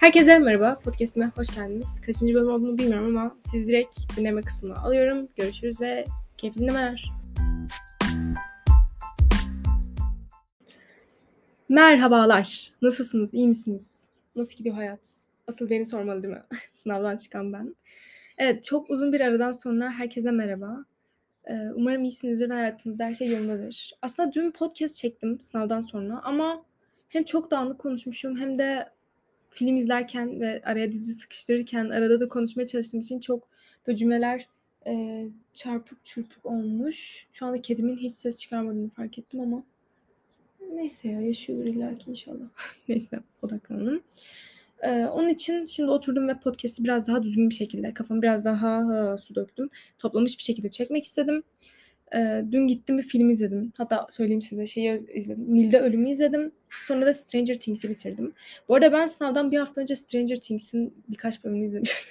Herkese merhaba, podcast'ime hoş geldiniz. Kaçıncı bölüm olduğunu bilmiyorum ama siz direkt dinleme kısmına alıyorum. Görüşürüz ve keyifli dinlemeler. Merhabalar, nasılsınız, iyi misiniz? Nasıl gidiyor hayat? Asıl beni sormalı değil mi? Sınavdan çıkan ben. Evet, çok uzun bir aradan sonra herkese merhaba. Umarım iyisinizdir ve hayatınızda her şey yolundadır. Aslında dün podcast çektim sınavdan sonra ama hem çok dağınık konuşmuşum hem de film izlerken ve araya dizi sıkıştırırken arada da konuşmaya çalıştığım için çok böyle cümleler, çarpık çürpük olmuş. Şu anda kedimin hiç ses çıkarmadığını fark ettim ama neyse ya, yaşıyordur illaki inşallah. Neyse, odaklanalım. Onun için şimdi oturdum ve podcast'i biraz daha düzgün bir şekilde, kafamı biraz daha su döktüm, toplamış bir şekilde çekmek istedim. Dün gittim bir film izledim. Hatta söyleyeyim size, izledim. Nil'de Ölüm'ü izledim. Sonra da Stranger Things'i bitirdim. Bu arada ben sınavdan bir hafta önce Stranger Things'in birkaç bölümünü izlemiştim.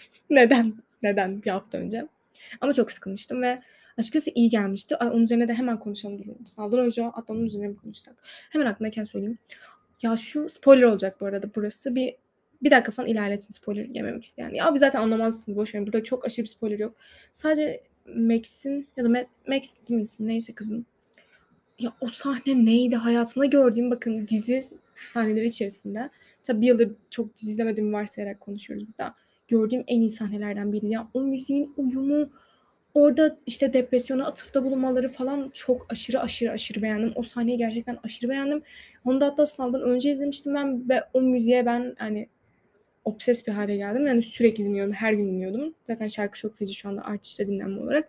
Neden bir hafta önce? Ama çok sıkılmıştım ve açıkçası iyi gelmişti. Onun üzerine de hemen konuşalım durum. Sınavdan önce hatta onun üzerine mi konuşsak? Hemen aklımdayken söyleyeyim. Ya şu spoiler olacak bu arada burası. Bir dakika falan ilerletin spoiler yememek isteyen. Ya abi zaten anlamazsınız, boş verin. Burada çok aşırı bir spoiler yok. Sadece Max'in ya da Max değil mi ismi? Neyse kızın. Ya o sahne neydi? Hayatımda gördüğüm, bakın, dizi sahneleri içerisinde. Tabii bir yıldır çok dizi izlemediğimi varsayarak konuşuyoruz burada. Gördüğüm en iyi sahnelerden biri. Ya o müziğin uyumu, orada işte depresyona atıfta bulunmaları falan çok aşırı beğendim. O sahneyi gerçekten aşırı beğendim. Onu da hatta sınavdan önce izlemiştim ben ve o müziğe ben hani obses bir hale geldim. Yani sürekli dinliyorum, her gün dinliyordum. Zaten şarkı çok feci şu anda artışta dinlenme olarak.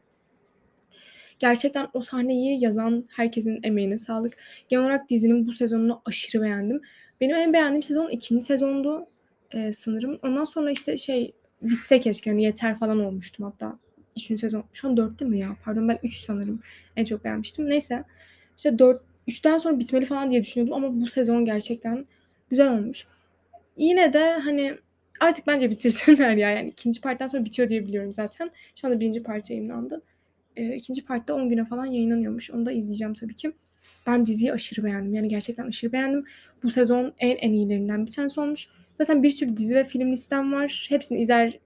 Gerçekten o sahneyi yazan herkesin emeğine sağlık. Genel olarak dizinin bu sezonunu aşırı beğendim. Benim en beğendiğim sezon 2. sezondu sanırım. Ondan sonra işte bitse keşke, hani yeter falan olmuştum hatta. 3. sezon. Şu an 4'te mi ya? Pardon, ben 3 sanırım. En çok beğenmiştim. Neyse. İşte 3'ten sonra bitmeli falan diye düşünüyordum ama bu sezon gerçekten güzel olmuş. Yine de hani artık bence bitirsinler ya. Yani ikinci parttan sonra bitiyor diye biliyorum zaten. Şu anda birinci parti yayınlandı. İkinci partta 10 güne falan yayınlanıyormuş. Onu da izleyeceğim tabii ki. Ben diziyi aşırı beğendim. Yani gerçekten aşırı beğendim. Bu sezon en iyilerinden bir tanesi olmuş. Zaten bir sürü dizi ve film listem var. Hepsini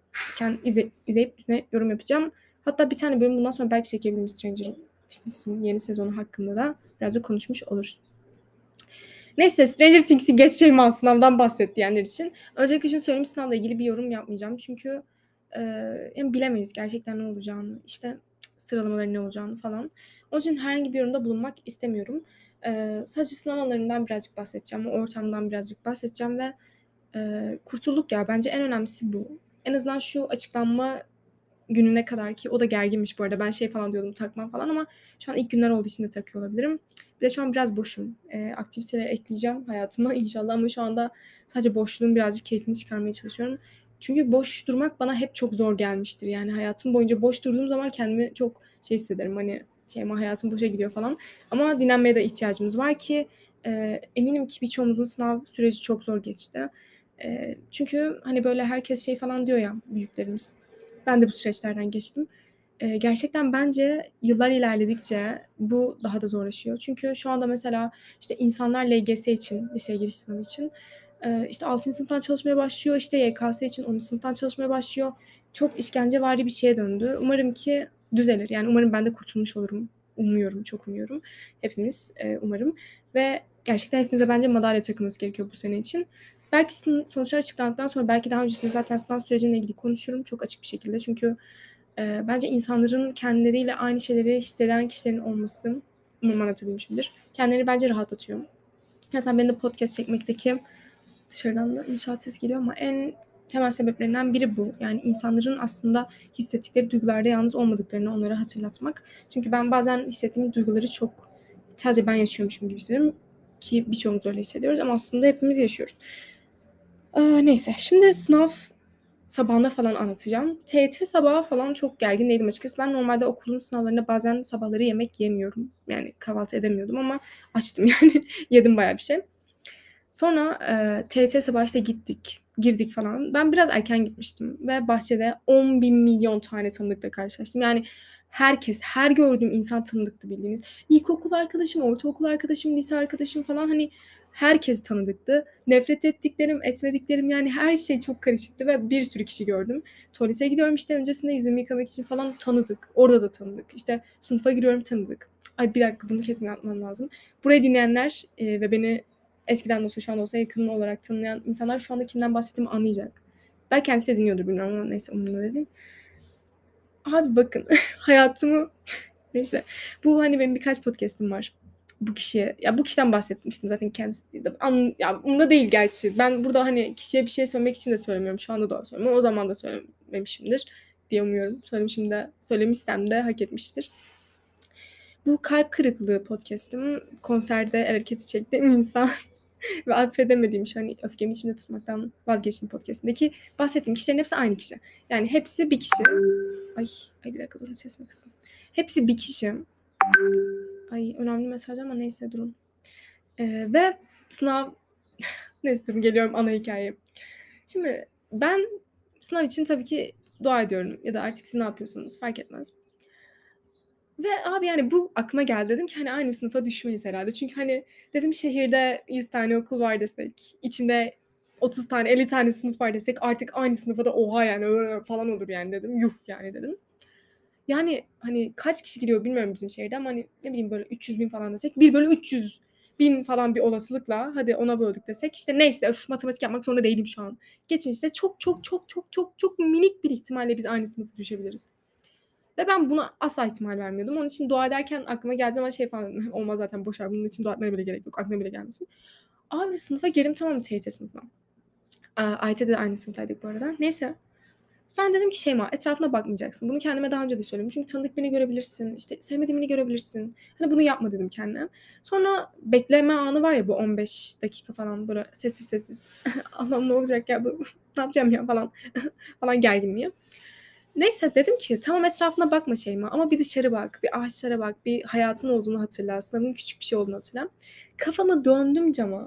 izleyip üstüne yorum yapacağım. Hatta bir tane bölüm bundan sonra belki çekebilirim, Stranger Things'in yeni sezonu hakkında da biraz da konuşmuş oluruz. Neyse, Stranger Things'i geçeyim, sınavdan bahset diyenler için. Öncelikle şunu söyleyeyim, sınavla ilgili bir yorum yapmayacağım. Çünkü yani bilemeyiz gerçekten ne olacağını, işte sıralamaların ne olacağını falan. Onun için herhangi bir yorumda bulunmak istemiyorum. Sadece sınavlarından birazcık bahsedeceğim, ortamdan birazcık bahsedeceğim ve kurtulduk ya. Bence en önemlisi bu. En azından şu açıklanma gününe kadar, ki o da gerginmiş bu arada. Ben falan diyordum, takmam falan, ama şu an ilk günler olduğu için de takıyor olabilirim. Bir de şu an biraz boşum. Aktiviteler ekleyeceğim hayatıma inşallah ama şu anda sadece boşluğun birazcık keyfini çıkarmaya çalışıyorum. Çünkü boş durmak bana hep çok zor gelmiştir. Yani hayatım boyunca boş durduğum zaman kendimi çok hissederim. Hani ama hayatım boşa gidiyor falan. Ama dinlenmeye de ihtiyacımız var ki eminim ki birçoğumuzun sınav süreci çok zor geçti. Çünkü hani böyle herkes falan diyor ya, büyüklerimiz. Ben de bu süreçlerden geçtim. Gerçekten bence yıllar ilerledikçe bu daha da zorlaşıyor. Çünkü şu anda mesela işte insanlar LGS için, liseye giriş sınavı için işte 6. sınıftan çalışmaya başlıyor, işte YKS için 10. sınıftan çalışmaya başlıyor. Çok işkencevari bir şeye döndü. Umarım ki düzelir. Yani umarım ben de kurtulmuş olurum. Umuyorum, çok umuyorum. Hepimiz umarım. Ve gerçekten hepimize bence madalya takılması gerekiyor bu sene için. Belki sonuçlar açıklandıktan sonra, belki daha öncesinde zaten sınav sürecimle ilgili konuşurum çok açık bir şekilde. Çünkü bence insanların kendileriyle aynı şeyleri hisseden kişilerin olması, umarım anlatabilmişimdir, kendilerini bence rahatlatıyor. Zaten benim de podcast çekmekteki, dışarıdan da inşaat sesi geliyor ama, en temel sebeplerinden biri bu. Yani insanların aslında hissettikleri duygularda yalnız olmadıklarını onlara hatırlatmak. Çünkü ben bazen hissettiğim duyguları çok sadece ben yaşıyormuşum gibi hissediyorum ki birçoğumuz öyle hissediyoruz ama aslında hepimiz yaşıyoruz. Neyse, şimdi sınav sabahında falan anlatacağım. TYT sabahı falan çok gergin değilim açıkçası. Ben normalde okulun sınavlarında bazen sabahları yemek yemiyorum. Yani kahvaltı edemiyordum ama açtım yani. Yedim bayağı bir şey. Sonra TYT sabahı işte girdik falan. Ben biraz erken gitmiştim ve bahçede 10 bin milyon tane tanıdıkla karşılaştım. Yani herkes, her gördüğüm insan tanıdıktı bildiğiniz. İlkokul arkadaşım, ortaokul arkadaşım, lise arkadaşım falan, hani Herkes tanıdıktı. Nefret ettiklerim, etmediklerim yani her şey çok karışıktı ve bir sürü kişi gördüm. Tuvalete gidiyorum işte öncesinde yüzümü yıkamak için falan tanıdık. Orada da tanıdık. İşte sınıfa giriyorum tanıdık. Ay bir dakika bunu kesin atmam lazım. Burayı dinleyenler ve beni eskiden de olsa şu an olsa yakın olarak tanıyan insanlar şu anda kimden bahsettiğimi anlayacak. Belki kendisi de dinliyordur bilmiyorum ama neyse umurumda değil. Abi bakın hayatımı neyse. Bu hani benim birkaç podcast'im var. Bu kişiye ya bu kişiden bahsetmiştim zaten kendisi değil de ya umurumda değil gerçi. Ben burada hani kişiye bir şey söylemek için de söylemiyorum. Şu anda da söylemiyorum. O zaman da söylememişimdir diye umuyorum. Söylemişim de söylemişsem de hak etmiştir. Bu kalp kırıklığı podcast'im. Konserde el hareketi çektiğim insan ve affedemediğim şu hani öfkemi içimde tutmaktan vazgeçtiğim podcast'indeki bahsettiğim kişilerin hepsi aynı kişi. Yani hepsi bir kişi. Ay bir dakika durun sesini kısın. Hepsi bir kişi. Ay önemli mesaj ama neyse durun. Ve sınav neyse durun geliyorum ana hikayeye. Şimdi ben sınav için tabii ki dua ediyorum ya da artık siz ne yapıyorsanız fark etmez. Ve abi yani bu aklıma geldi. Dedim ki hani aynı sınıfa düşmeyiz herhalde. Çünkü hani dedim şehirde 100 tane okul var desek, içinde 30 tane 50 tane sınıf var desek artık aynı sınıfa da oha yani falan olur yani dedim. Yuh yani dedim. Yani hani kaç kişi giriyor bilmiyorum bizim şehirde ama hani ne bileyim böyle 300 bin falan desek 1 bölü 300 bin falan bir olasılıkla hadi ona böldük desek işte neyse matematik yapmak zorunda değilim şu an. Geçin işte çok çok çok çok çok çok minik bir ihtimalle biz aynı sınıfa düşebiliriz. Ve ben buna asla ihtimal vermiyordum. Onun için dua ederken aklıma geldiği zaman şey falan dedim. Olmaz zaten boşver bunun için dua etmeye bile gerek yok. Aklına bile gelmesin. Abi sınıfa girdim tamam TYT sınıfına. AYT'de de aynı sınıftaydık bu arada. Neyse. Ben dedim ki Şeyma etrafına bakmayacaksın. Bunu kendime daha önce de söyledim. Çünkü tanıdık birini görebilirsin. İşte sevmediğim birini görebilirsin. Hani bunu yapma dedim kendime. Sonra bekleme anı var ya bu 15 dakika falan böyle sessiz sessiz. Allah'ım ne olacak ya bu ne yapacağım ya falan falan gerginliği. Neyse dedim ki tamam etrafına bakma Şeyma ama bir dışarı bak, bir ağaçlara bak, bir hayatın olduğunu hatırla, sınavın küçük bir şey olduğunu hatırla. Kafamı döndüm cama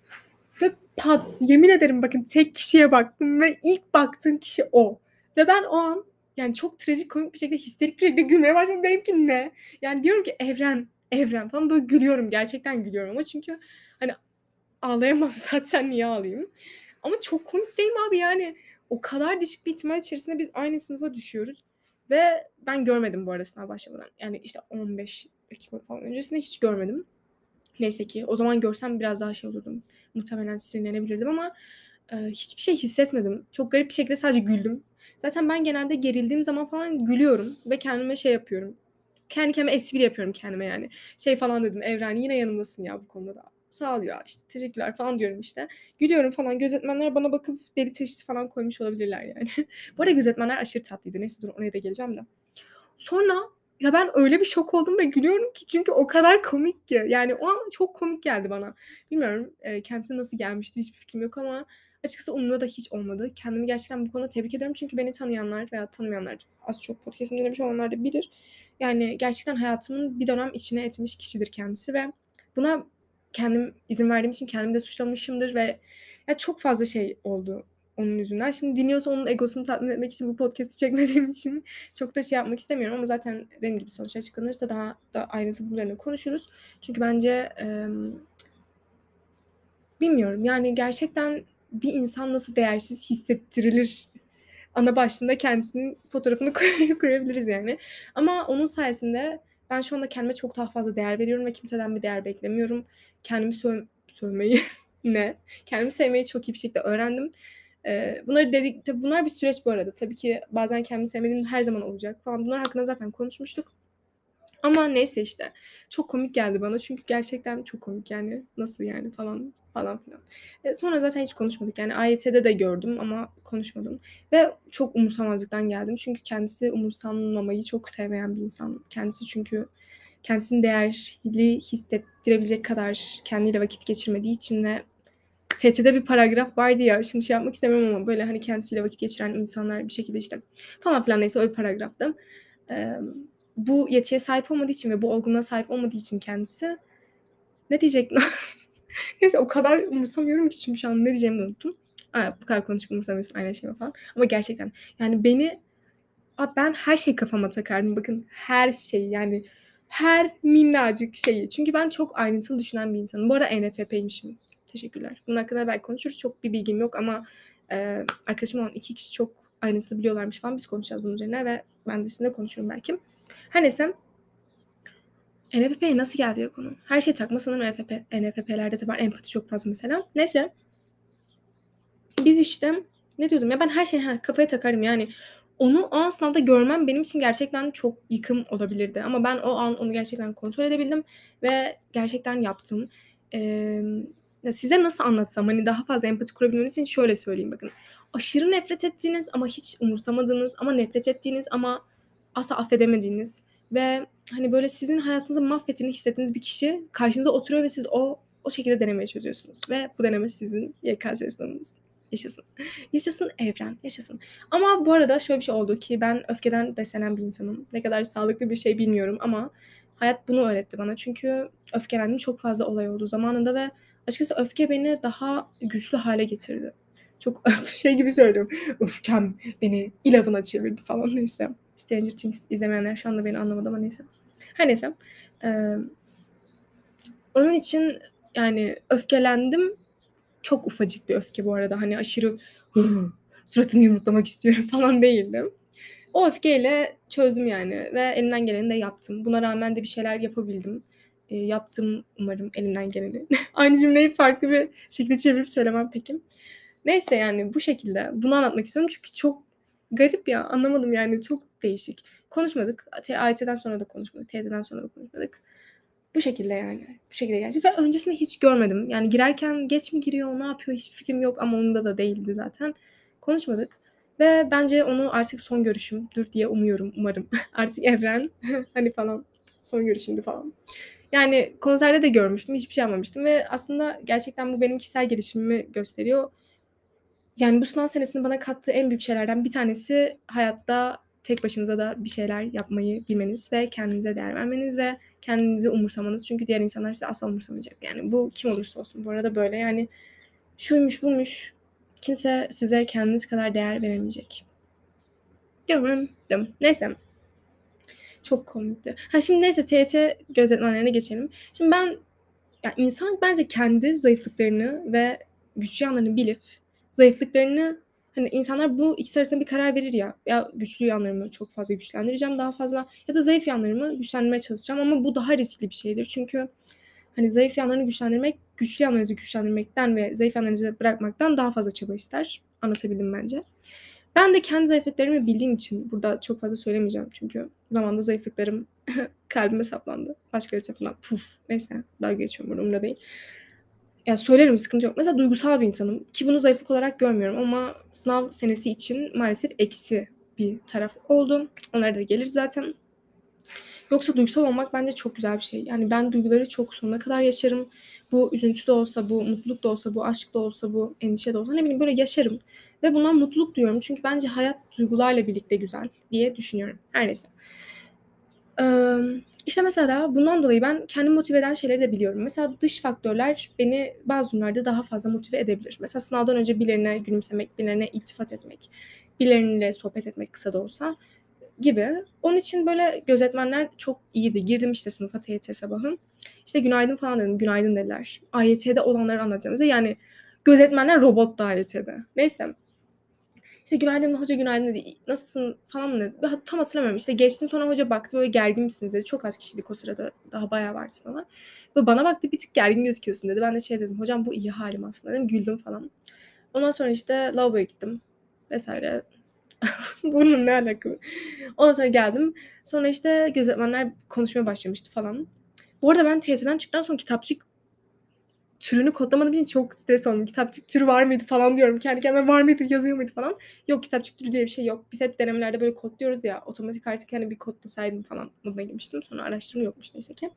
ve pat yemin ederim bakın tek kişiye baktım ve ilk baktığım kişi o. Ve ben o an yani çok trajik komik bir şekilde histerik bir şekilde gülmeye başladım. Dedim ki ne? Yani diyorum ki evren falan böyle gülüyorum. Gerçekten gülüyorum ama çünkü hani ağlayamam zaten niye ağlayayım? Ama çok komik değil mi abi yani? O kadar düşük bir ihtimal içerisinde biz aynı sınıfa düşüyoruz. Ve ben görmedim bu arada sınav başlamadan. Yani işte 15 dakika falan öncesinde hiç görmedim. Neyse ki o zaman görsem biraz daha şey olurdum. Muhtemelen sinirlenebilirdim ama hiçbir şey hissetmedim. Çok garip bir şekilde sadece güldüm. Zaten ben genelde gerildiğim zaman falan gülüyorum ve kendime şey yapıyorum. Kendi kendime espri yapıyorum kendime yani. Şey falan dedim Evren yine yanımdasın ya bu konuda da. Sağ ol ya işte teşekkürler falan diyorum işte. Gülüyorum falan gözetmenler bana bakıp deli teşhisi falan koymuş olabilirler yani. Bu arada gözetmenler aşırı tatlıydı. Neyse dur oraya da geleceğim de. Sonra ya ben öyle bir şok oldum ve gülüyorum ki çünkü o kadar komik ki. Yani o an çok komik geldi bana. Bilmiyorum kendisine nasıl gelmişti hiçbir fikrim yok ama açıkçası umurumda da hiç olmadı. Kendimi gerçekten bu konuda tebrik ediyorum çünkü beni tanıyanlar veya tanımayanlar az çok podcast'imi dinlemiş olanlar da bilir. Yani gerçekten hayatımın bir dönem içine etmiş kişidir kendisi ve buna kendim izin verdiğim için kendimi de suçlamışımdır ve ya çok fazla şey oldu onun yüzünden. Şimdi dinliyorsa onun egosunu tatmin etmek için bu podcast'i çekmediğim için çok da şey yapmak istemiyorum ama zaten dediğim gibi sonuç açıklanırsa daha da ayrıntılı bunlarını konuşuruz. Çünkü bence bilmiyorum yani gerçekten bir insan nasıl değersiz hissettirilir ana başlığında kendisinin fotoğrafını koyabiliriz yani. Ama onun sayesinde ben şu anda kendime çok daha fazla değer veriyorum ve kimseden bir değer beklemiyorum. Kendimi sövmeyi ne? Kendimi sevmeyi çok iyi bir şekilde öğrendim. Bunları dedik, tabii bunlar bir süreç bu arada. Tabii ki bazen kendimi sevmediğim her zaman olacak falan. Bunlar hakkında zaten konuşmuştuk. Ama neyse işte. Çok komik geldi bana çünkü gerçekten çok komik yani. Nasıl yani falan falan filan. Sonra zaten hiç konuşmadık. Yani AYT'de de gördüm ama konuşmadım. Ve çok umursamazlıktan geldim. Çünkü kendisi umursanmamayı çok sevmeyen bir insan. Kendisi çünkü kendisini değerli hissettirebilecek kadar kendiyle vakit geçirmediği için ve TRT'de bir paragraf vardı ya. Şimdi şey yapmak istemem ama böyle hani kendisiyle vakit geçiren insanlar bir şekilde işte falan filan neyse öyle bir paragraftı. Bu yetiye sahip olmadığı için ve bu olgunluğa sahip olmadığı için kendisi ne diyecektim? Neyse o kadar umursamıyorum ki şimdi şu an ne diyeceğimi unuttum. Bu kadar konuşup umursamıyorsun aynı şey falan. Ama gerçekten yani ben her şeyi kafama takardım. Bakın her şeyi yani her minnacık şeyi. Çünkü ben çok ayrıntılı düşünen bir insanım. Bu arada ENFP'ymişim. Teşekkürler. Bunun hakkında belki konuşuruz. Çok bir bilgim yok ama arkadaşım olan 2 kişi çok ayrıntılı biliyorlarmış falan. Biz konuşacağız bunun üzerine ve ben de sizinle konuşurum belki. Her neyse. NFP'ye nasıl geldi ya konu? Her şey takma sanırım NFP'lerde de var. Empati çok fazla mesela. Neyse. Biz işte ne diyordum ya ben her şeyi kafaya takarım yani. Onu o an sınavda görmem benim için gerçekten çok yıkım olabilirdi ama ben o an onu gerçekten kontrol edebildim ve gerçekten yaptım. Ya size nasıl anlatsam, hani, daha fazla empati kurabilmeniz için şöyle söyleyeyim bakın. Aşırı nefret ettiğiniz ama hiç umursamadığınız ama nefret ettiğiniz ama asla affedemediğiniz ve, hani, böyle sizin hayatınızı mahvettiğini hissettiğiniz bir kişi karşınıza oturuyor ve siz o şekilde denemeyi çözüyorsunuz ve bu deneme sizin YKS sınavınız. Yaşasın. Yaşasın evren, yaşasın. Ama bu arada şöyle bir şey oldu ki ben öfkeden beslenen bir insanım. Ne kadar sağlıklı bir şey bilmiyorum ama hayat bunu öğretti bana. Çünkü öfkelendiğim çok fazla olay oldu zamanında ve açıkçası öfke beni daha güçlü hale getirdi. Çok şey gibi söylüyorum. Öfkem beni ilavına çevirdi falan neyse. Stranger Things izlemeyenler şu anda beni anlamadı ama neyse. Her neyse. Onun için yani öfkelendim. Çok ufacık bir öfke bu arada. Hani aşırı suratını yumruklamak istiyorum falan değildim. O öfkeyle çözdüm yani ve elimden geleni de yaptım. Buna rağmen de bir şeyler yapabildim. Yaptım umarım elimden geleni. Aynı cümleyi farklı bir şekilde çevirip söylemem peki. Neyse yani bu şekilde. Bunu anlatmak istiyorum çünkü çok garip ya. Anlamadım yani çok değişik. Konuşmadık. AYT'den sonra da konuşmadık. TYT'den sonra da konuşmadık. Bu şekilde yani. Bu şekilde gerçi ve öncesinde hiç görmedim. Yani girerken geç mi giriyor, ne yapıyor hiçbir fikrim yok ama onun da değildi zaten. Konuşmadık ve bence onu artık son görüşümdür diye umuyorum, umarım. Artık evren hani falan son görüşümdü falan. Yani konserde de görmüştüm, hiçbir şey anlamamıştım ve aslında gerçekten bu benim kişisel gelişimimi gösteriyor. Yani bu sınav senesinin bana kattığı en büyük şeylerden bir tanesi hayatta tek başınıza da bir şeyler yapmayı bilmeniz ve kendinize değer vermeniz ve kendinizi umursamanız. Çünkü diğer insanlar sizi asla umursamayacak. Yani bu kim olursa olsun. Bu arada böyle yani şuymuş buymuş. Kimse size kendiniz kadar değer veremeyecek. Gördüm. Neyse. Çok komikti. Şimdi neyse TYT gözetmenlerine geçelim. Şimdi ben ya insan bence kendi zayıflıklarını ve güçlü yanlarını bilip zayıflıklarını hani insanlar bu ikisi arasında bir karar verir ya. Ya güçlü yanlarımı çok fazla güçlendireceğim daha fazla ya da zayıf yanlarımı güçlendirmeye çalışacağım ama bu daha riskli bir şeydir. Çünkü hani zayıf yanlarını güçlendirmek, güçlü yanlarınızı güçlendirmekten ve zayıf yanlarınızı bırakmaktan daha fazla çaba ister. Anlatabildim bence. Ben de kendi zayıflıklarımı bildiğim için burada çok fazla söylemeyeceğim çünkü zamanında zayıflıklarım kalbime saplandı. Başkaları tarafından neyse dalga geçiyorum umurumda değil. Ya söylerim sıkıntı yok. Mesela duygusal bir insanım ki bunu zayıflık olarak görmüyorum ama sınav senesi için maalesef eksi bir taraf oldu. Onlara da gelir zaten. Yoksa duygusal olmak bence çok güzel bir şey. Yani ben duyguları çok sonuna kadar yaşarım. Bu üzüntü de olsa, bu mutluluk da olsa, bu aşk da olsa, bu endişe de olsa ne bileyim böyle yaşarım. Ve bundan mutluluk duyuyorum. Çünkü bence hayat duygularla birlikte güzel diye düşünüyorum. Her neyse. İşte mesela bundan dolayı ben kendimi motive eden şeyleri de biliyorum. Mesela dış faktörler beni bazı durumlarda daha fazla motive edebilir. Mesela sınavdan önce birilerine gülümsemek, birilerine iltifat etmek, birileriyle sohbet etmek kısa da olsa gibi. Onun için böyle gözetmenler çok iyiydi. Girdim işte sınıfa TYT sabahı. İşte günaydın falan dedim. Günaydın dediler. AYT'de olanları anlatacağım size. Yani gözetmenler robot da AYT'de. Neyse. İşte günaydın hoca günaydın dedi. Nasılsın falan mı dedi. Ben tam hatırlamıyorum. İşte geçtim sonra hoca baktı böyle gergin misiniz dedi. Çok az kişiydik o sırada. Daha bayağı vardı sınava. Ve bana baktı bir tık gergin gözüküyorsun dedi. Ben de şey dedim. Hocam bu iyi halim aslında dedim. Güldüm falan. Ondan sonra işte lavaboya gittim. Vesaire. Bunun ne alakası? Ondan sonra geldim. Sonra işte gözetmenler konuşmaya başlamıştı falan. Bu arada ben TYT'den çıktıktan sonra kitapçık türünü kodlamadığım için çok stres oldum. Kitapçık türü var mıydı falan diyorum. Kendi kendime var mıydı, yazıyor muydu falan. Yok kitapçık türü diye bir şey yok. Biz hep denemelerde böyle kodluyoruz ya. Otomatik artık hani bir kodlasaydım falan moduna girmiştim. Sonra araştırma yokmuş neyse ki.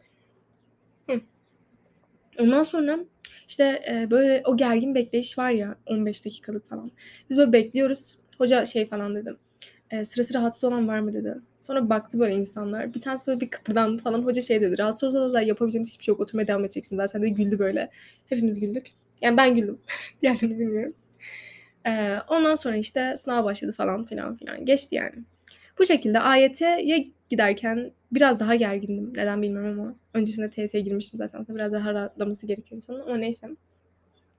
Ondan sonra işte böyle o gergin bekleyiş var ya 15 dakikalık falan. Biz böyle bekliyoruz. Hoca şey falan dedi. Sırası rahatsız olan var mı dedi. Sonra baktı böyle insanlar. Bir tanesi böyle bir kıpırdandı falan. Hoca şey dedi. Rahatsız olsa da yapabileceğiniz hiçbir şey yok. Oturmaya devam edeceksin zaten dedi. Güldü böyle. Hepimiz güldük. Yani ben güldüm. Diğerlerini bilmiyorum. Ondan sonra işte sınav başladı falan filan filan. Geçti yani. Bu şekilde AYT'ye giderken biraz daha gergindim. Neden bilmiyorum ama. Öncesinde TYT'ye girmiştim zaten. Biraz daha rahatlaması gerekiyor insanın ama neyse.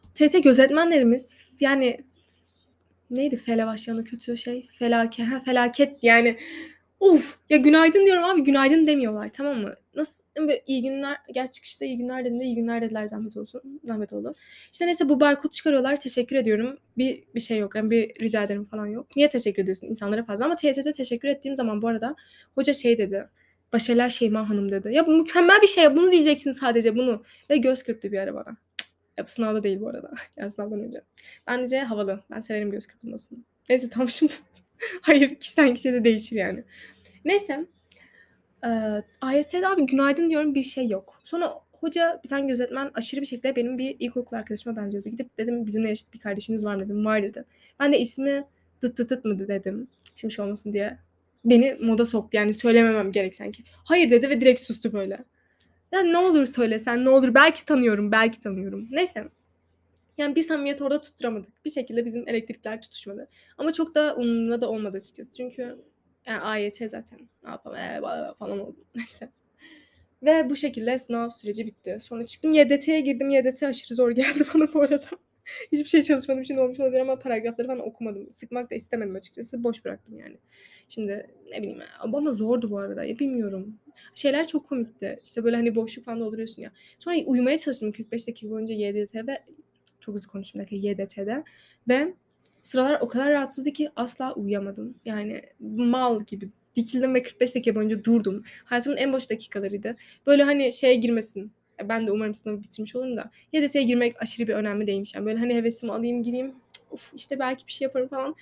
TRT gözetmenlerimiz yani neydi F'le başlayan o kötü şey? Felaket yani. Of! Ya günaydın diyorum abi, günaydın demiyorlar, tamam mı? Nasıl böyle iyi günler, gerçi çıkışta iyi günler dediğimde iyi günler dediler, zahmet olsun. Zahmet oldu. İşte neyse bu barkod çıkarıyorlar. Teşekkür ediyorum. Bir şey yok. Yani bir rica ederim falan yok. Niye teşekkür ediyorsun insanlara fazla? Ama TRT'de teşekkür ettiğim zaman bu arada hoca şey dedi. Başarılar Şeyma Hanım dedi. Ya bu mükemmel bir şey. Bunu diyeceksin sadece, bunu. Ve göz kırptı bir ara bana. Ya bu sınavda değil bu arada. Yani sınavdan önce. Bence havalı. Ben severim göz kırpılmasını. Neyse tamam şimdi. Hayır, kişiden kişiye de değişir yani. Neyse. AYT'de abi günaydın diyorum, bir şey yok. Sonra hoca, bir tane gözetmen aşırı bir şekilde benim bir ilkokul arkadaşıma benziyordu. Gidip dedim bizimle eşit bir kardeşiniz var mı dedim. Var dedi. Ben de ismi dıt dıt dıt mı dedim. Şimdi şey olmasın diye. Beni moda soktu yani, söylememem gerek sanki. Hayır dedi ve direkt sustu böyle. Ya ne olur söylesen, ne olur, belki tanıyorum, belki tanıyorum. Neyse. Yani bir samimiyet orada tutturamadık. Bir şekilde bizim elektrikler tutuşmadı. Ama çok da umurumda da olmadı açıkçası. Çünkü yani AYT zaten ne yapalım falan oldu. Neyse. Ve bu şekilde sınav süreci bitti. Sonra çıktım YDT'ye girdim. YDT aşırı zor geldi bana bu arada. Hiçbir şey çalışmadığım için olmuş olabilir ama paragrafları falan okumadım. Sıkmak da istemedim açıkçası. Boş bıraktım yani. Şimdi ne bileyim ya. Ama zordu bu arada. Ya bilmiyorum. Şeyler çok komikti. İşte böyle hani boşluk falan dolduruyorsun ya. Sonra uyumaya çalıştım 45 dakika boyunca YDT ve çok hızlı konuştum YDT'de. Ve sıralar o kadar rahatsızdı ki asla uyuyamadım. Yani mal gibi dikildim ve 45 dakika boyunca durdum. Hayatımın en boş dakikalarıydı. Böyle hani şeye girmesin. Ben de umarım sınavı bitirmiş olurum da. YDS'ye girmek aşırı bir önemli değilmiş. Yani böyle hani hevesimi alayım gireyim. Of işte belki bir şey yaparım falan.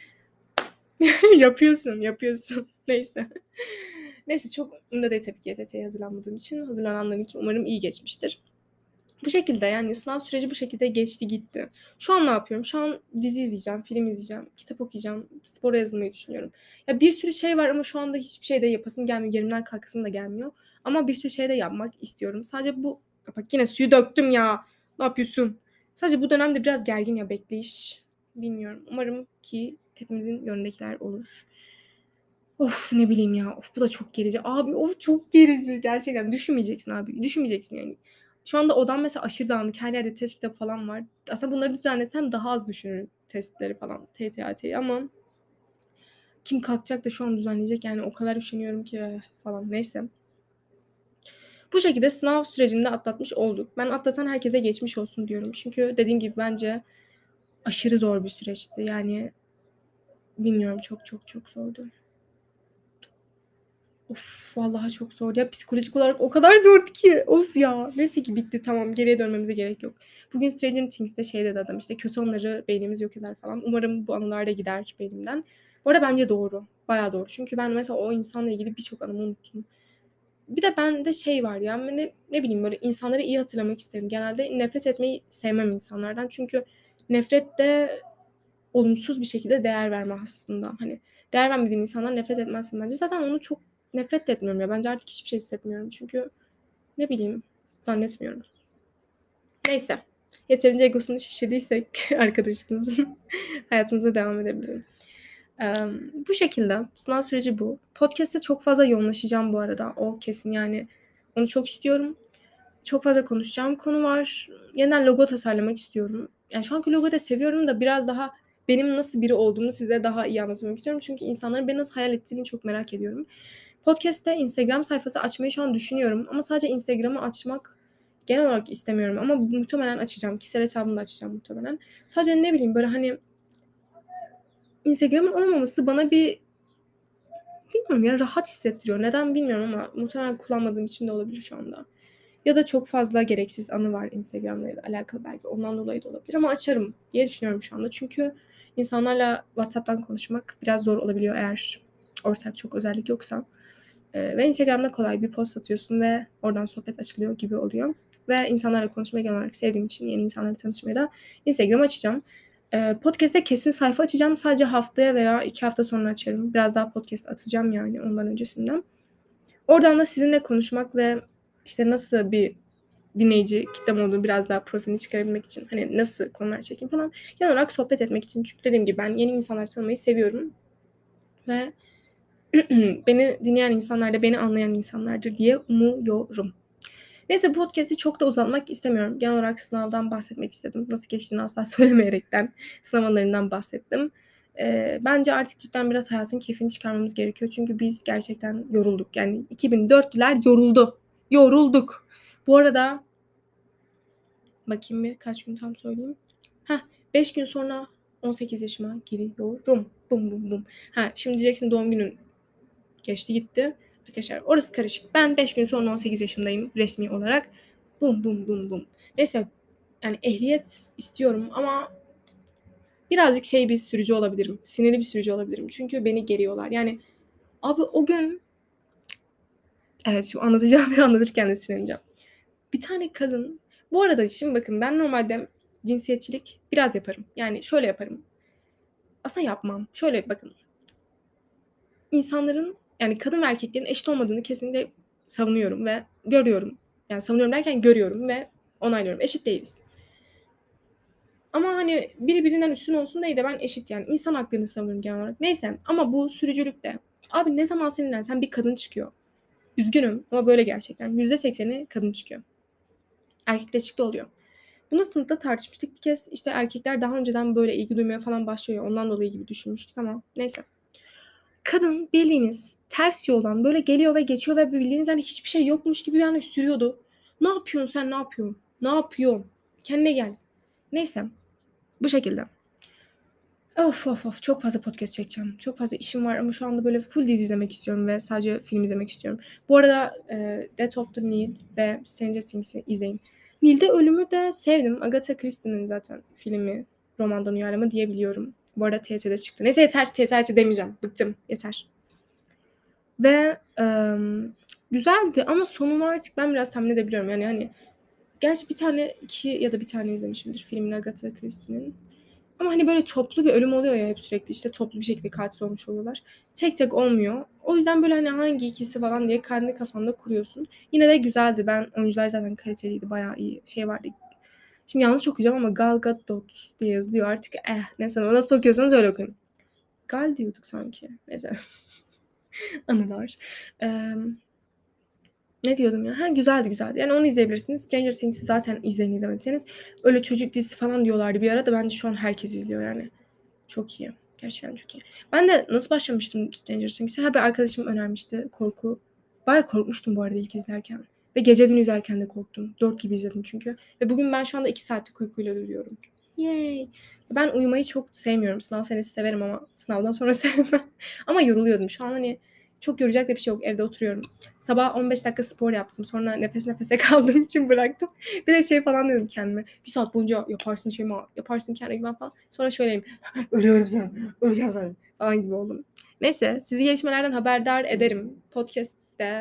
yapıyorsun. Neyse. Neyse çok umurumda değil tabii ki YDS'ye hazırlanmadığım için. Hazırlananlarınki umarım iyi geçmiştir. Bu şekilde yani sınav süreci bu şekilde geçti gitti. Şu an ne yapıyorum? Şu an dizi izleyeceğim, film izleyeceğim, kitap okuyacağım, spora yazılmayı düşünüyorum. Ya bir sürü şey var ama şu anda hiçbir şey de yapasım gelmiyor. Yerimden kalkasım da gelmiyor. Ama bir sürü şey de yapmak istiyorum. Sadece bu... Bak yine suyu döktüm ya. Ne yapıyorsun? Sadece bu dönemde biraz gergin ya, bekleyiş. Bilmiyorum. Umarım ki hepimizin yönündekiler olur. Of ne bileyim ya. Of bu da çok gerici. Abi of çok gerici. Gerçekten düşünmeyeceksin abi. Düşünmeyeceksin yani. Şu anda odam mesela aşırı dağınık. Her yerde test kitabı falan var. Aslında bunları düzenlesem daha az düşünürüm. Testleri falan. TYT'yi ama kim kalkacak da şu an düzenleyecek yani, o kadar üşeniyorum ki falan. Neyse. Bu şekilde sınav sürecinde atlatmış olduk. Ben atlatan herkese geçmiş olsun diyorum. Çünkü dediğim gibi bence aşırı zor bir süreçti. Yani bilmiyorum, çok çok çok zordu. Of vallahi çok zor. Ya psikolojik olarak o kadar zordu ki. Of ya. Neyse ki bitti, tamam. Geriye dönmemize gerek yok. Bugün Stranger Things'te şey dedi adam, işte kötü anıları beynimiz yok eder falan. Umarım bu anılar da gider beynimden. Bu arada bence doğru. Bayağı doğru. Çünkü ben mesela o insanla ilgili birçok anımı unuttum. Bir de bende şey var ya, ne bileyim, böyle insanları iyi hatırlamak isterim. Genelde nefret etmeyi sevmem insanlardan. Çünkü nefret de olumsuz bir şekilde değer verme aslında. Hani değer vermediğin insandan nefret etmezsin bence. Zaten onu çok nefret de etmiyorum ya. Bence artık hiçbir şey hissetmiyorum. Çünkü ne bileyim, zannetmiyorum. Neyse. Yeterince egosunu şişirdiysek arkadaşımızın hayatımıza devam edebilirim. Bu şekilde. Sınav süreci bu. Podcast'te çok fazla yoğunlaşacağım bu arada. O kesin yani. Onu çok istiyorum. Çok fazla konuşacağım konu var. Yeniden logo tasarlamak istiyorum. Yani şu anki logoyu da seviyorum da biraz daha benim nasıl biri olduğumu size daha iyi anlatmak istiyorum. Çünkü insanların beni nasıl hayal ettiğini çok merak ediyorum. Podcast'te Instagram sayfası açmayı şu an düşünüyorum. Ama sadece Instagram'ı açmak genel olarak istemiyorum. Ama muhtemelen açacağım. Kişisel hesabımı da açacağım muhtemelen. Sadece ne bileyim, böyle hani Instagram'ın olmaması bana bir, bilmiyorum ya, rahat hissettiriyor. Neden bilmiyorum ama muhtemelen kullanmadığım için de olabilir şu anda. Ya da çok fazla gereksiz anı var Instagram'la alakalı, belki ondan dolayı da olabilir ama açarım diye düşünüyorum şu anda. Çünkü insanlarla WhatsApp'tan konuşmak biraz zor olabiliyor eğer ortak çok özellik yoksa. Ve Instagram'da kolay bir post atıyorsun ve oradan sohbet açılıyor gibi oluyor. Ve insanlarla konuşmayı genel olarak sevdiğim için yeni insanlarla tanışmayı da Instagram açacağım. Podcast'te kesin sayfa açacağım. Sadece haftaya veya 2 hafta sonra açarım. Biraz daha podcast atacağım yani ondan öncesinden. Oradan da sizinle konuşmak ve işte nasıl bir dinleyici kitlem olduğunu biraz daha profilini çıkarabilmek için, hani nasıl konular çekeyim falan, genel olarak sohbet etmek için. Çünkü dediğim gibi ben yeni insanları tanımayı seviyorum ve beni dinleyen insanlar da beni anlayan insanlardır diye umuyorum. Neyse, bu podcast'i çok da uzatmak istemiyorum. Genel olarak sınavdan bahsetmek istedim. Nasıl geçtiğini asla söylemeyerekten sınav anılarından bahsettim. Bence artık cidden biraz hayatın keyfini çıkarmamız gerekiyor. Çünkü biz gerçekten yorulduk. Yani 2004'lüler yoruldu. Yorulduk. Bu arada bakayım bir kaç gün tam söyleyeyim. 5 gün sonra 18 yaşıma giriyorum. Bum bum bum. Şimdi diyeceksin doğum günün geçti gitti. Arkadaşlar orası karışık. Ben 5 gün sonra 18 yaşındayım resmi olarak. Bum bum bum bum. Neyse, yani ehliyet istiyorum ama birazcık bir sürücü olabilirim. Sinirli bir sürücü olabilirim. Çünkü beni geriyorlar. Yani abi o gün, evet, şimdi anlatacağım ve anlatırken de sinirleneceğim. Bir tane kadın, bu arada şimdi bakın, ben normalde cinsiyetçilik biraz yaparım. Yani şöyle yaparım. Aslında yapmam. Şöyle bakın. İnsanların, yani kadın ve erkeklerin eşit olmadığını kesinlikle savunuyorum ve görüyorum. Yani savunuyorum derken görüyorum ve onaylıyorum. Eşit değiliz. Ama hani biri birinden üstün olsun değil de ben eşit, yani insan haklarını savunuyorum genel olarak. Neyse, ama bu sürücülükte abi ne zaman sinirlensen bir kadın çıkıyor. Üzgünüm ama böyle gerçekten. %80'i kadın çıkıyor. Erkekler çıktı oluyor. Bunu sınıfta tartışmıştık bir kez. İşte erkekler daha önceden böyle ilgi duymaya falan başlıyor. Ondan dolayı gibi düşünmüştük ama neyse. Kadın bildiğiniz ters yoldan böyle geliyor ve geçiyor ve bildiğiniz hani hiçbir şey yokmuş gibi yani sürüyordu. Ne yapıyorsun sen, ne yapıyorsun? Ne yapıyorsun? Kendine gel. Neyse. Bu şekilde. Of çok fazla podcast çekeceğim. Çok fazla işim var ama şu anda böyle full dizi izlemek istiyorum ve sadece film izlemek istiyorum. Bu arada Death of the Nile ve Stranger Things'i izleyin. Nil'de Ölümü de sevdim. Agatha Christie'nin zaten filmi, romandan uyarlama diyebiliyorum. Bu arada TRT'de çıktı. Neyse yeter. TRT demeyeceğim. Bıktım. Yeter. Ve güzeldi ama sonunu artık ben biraz tahmin edebiliyorum. Yani hani gerçi bir tane izlemişimdir filmin, Agatha Christie'nin. Ama hani böyle toplu bir ölüm oluyor ya hep sürekli, işte toplu bir şekilde katil olmuş oluyorlar. Tek tek olmuyor. O yüzden böyle hani hangi ikisi falan diye kendi kafanda kuruyorsun. Yine de güzeldi. Oyuncular zaten kaliteliydi. Bayağı iyi vardı. Şimdi yanlış okuyacağım ama Gal Gadot diye yazılıyor artık. Neyse, nasıl okuyorsanız öyle okuyun. Gal diyorduk sanki. Neyse. Anılar. Ne diyordum ya? Güzeldi. Yani onu izleyebilirsiniz. Stranger Things'i zaten izlemediyseniz. Öyle çocuk dizisi falan diyorlardı bir ara da bence şu an herkes izliyor yani. Çok iyi. Gerçekten çok iyi. Ben de nasıl başlamıştım Stranger Things'e? Bir arkadaşım önermişti. Bayağı korkmuştum bu arada ilk izlerken. Ve gece dün izlerken de korktum. 4 gibi izledim çünkü. Ve bugün ben şu anda 2 saatlik uykuyla uyuyorum. Yay! Ben uyumayı çok sevmiyorum. Sınav senesi severim ama sınavdan sonra sevmem. Ama yoruluyordum. Şu an hani çok yoracak da bir şey yok. Evde oturuyorum. Sabah 15 dakika spor yaptım. Sonra nefese kaldığım için bıraktım. Bir de falan dedim kendime. 1 saat boyunca yaparsın yaparsın kendine güven falan. Sonra şöyleyim. Öleceğim sen falan gibi oldum. Neyse, sizi gelişmelerden haberdar ederim. Podcast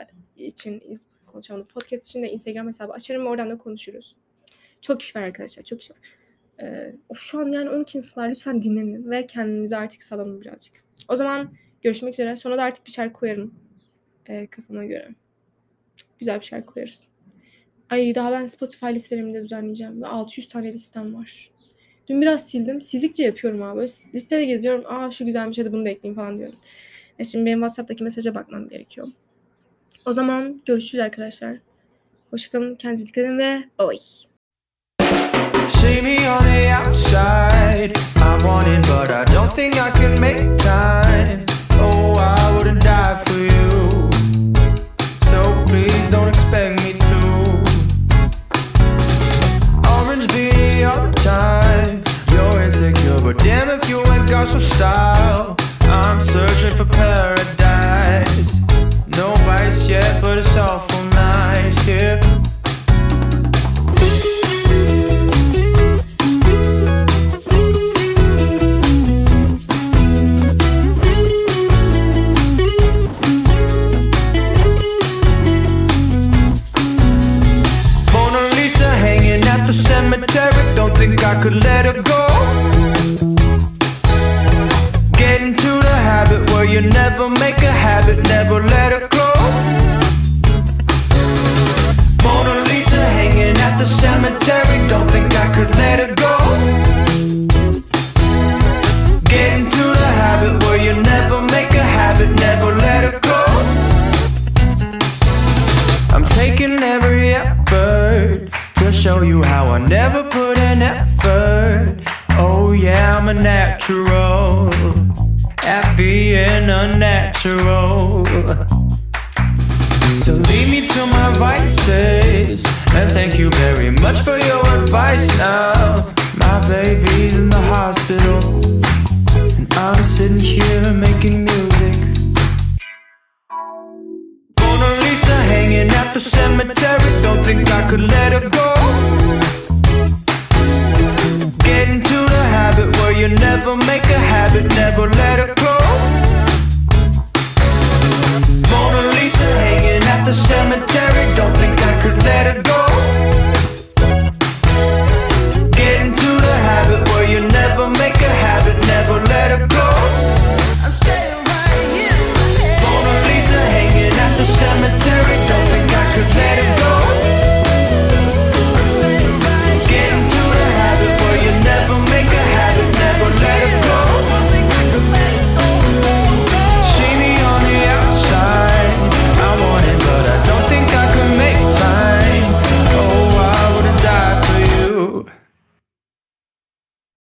için de Instagram hesabı açarım ve oradan da konuşuruz. Çok iş var arkadaşlar. Çok iş var. Şu an yani 12. sınıflar, lütfen dinlenin ve kendinizi artık salın birazcık. O zaman görüşmek üzere. Sonra da artık bir şarkı koyarım. Kafama göre. Güzel bir şarkı koyarız. Daha ben Spotify listelerimi de düzenleyeceğim. Ve 600 tane listem var. Dün biraz sildim. Sildikçe yapıyorum abi. Böyle listede geziyorum. Şu güzelmiş, hadi bunu da ekleyeyim falan diyorum. Şimdi benim WhatsApp'taki mesaja bakmam gerekiyor. O zaman görüşürüz arkadaşlar. Hoşçakalın. Kendinize dikkat edin ve bye. See me on the outside, I want it but I don't think I can make time. Oh, I wouldn't die for you, so please don't expect me to. Orange beanie all the time, you're insecure but damn if you ain't got some style. I'm searching for paradise, no bites yet but it's awful nice here. The cemetery, don't think I could let her go. Get into the habit where you never make a habit, never let her close. Mona Lisa hanging at the cemetery, don't think I could let her go. Get into the habit where you never make a habit, never let her close. I'm taking every effort show you how I never put in effort. Oh yeah, I'm a natural at being unnatural. So lead me to my vices, and thank you very much for your advice now. My baby's in the hospital, and I'm sitting here making music. Mona Lisa hanging at the cemetery, don't think I could let her go. Get into the habit where you never make a habit, never let her go. Mona Lisa hanging at the cemetery, don't think I could let her go.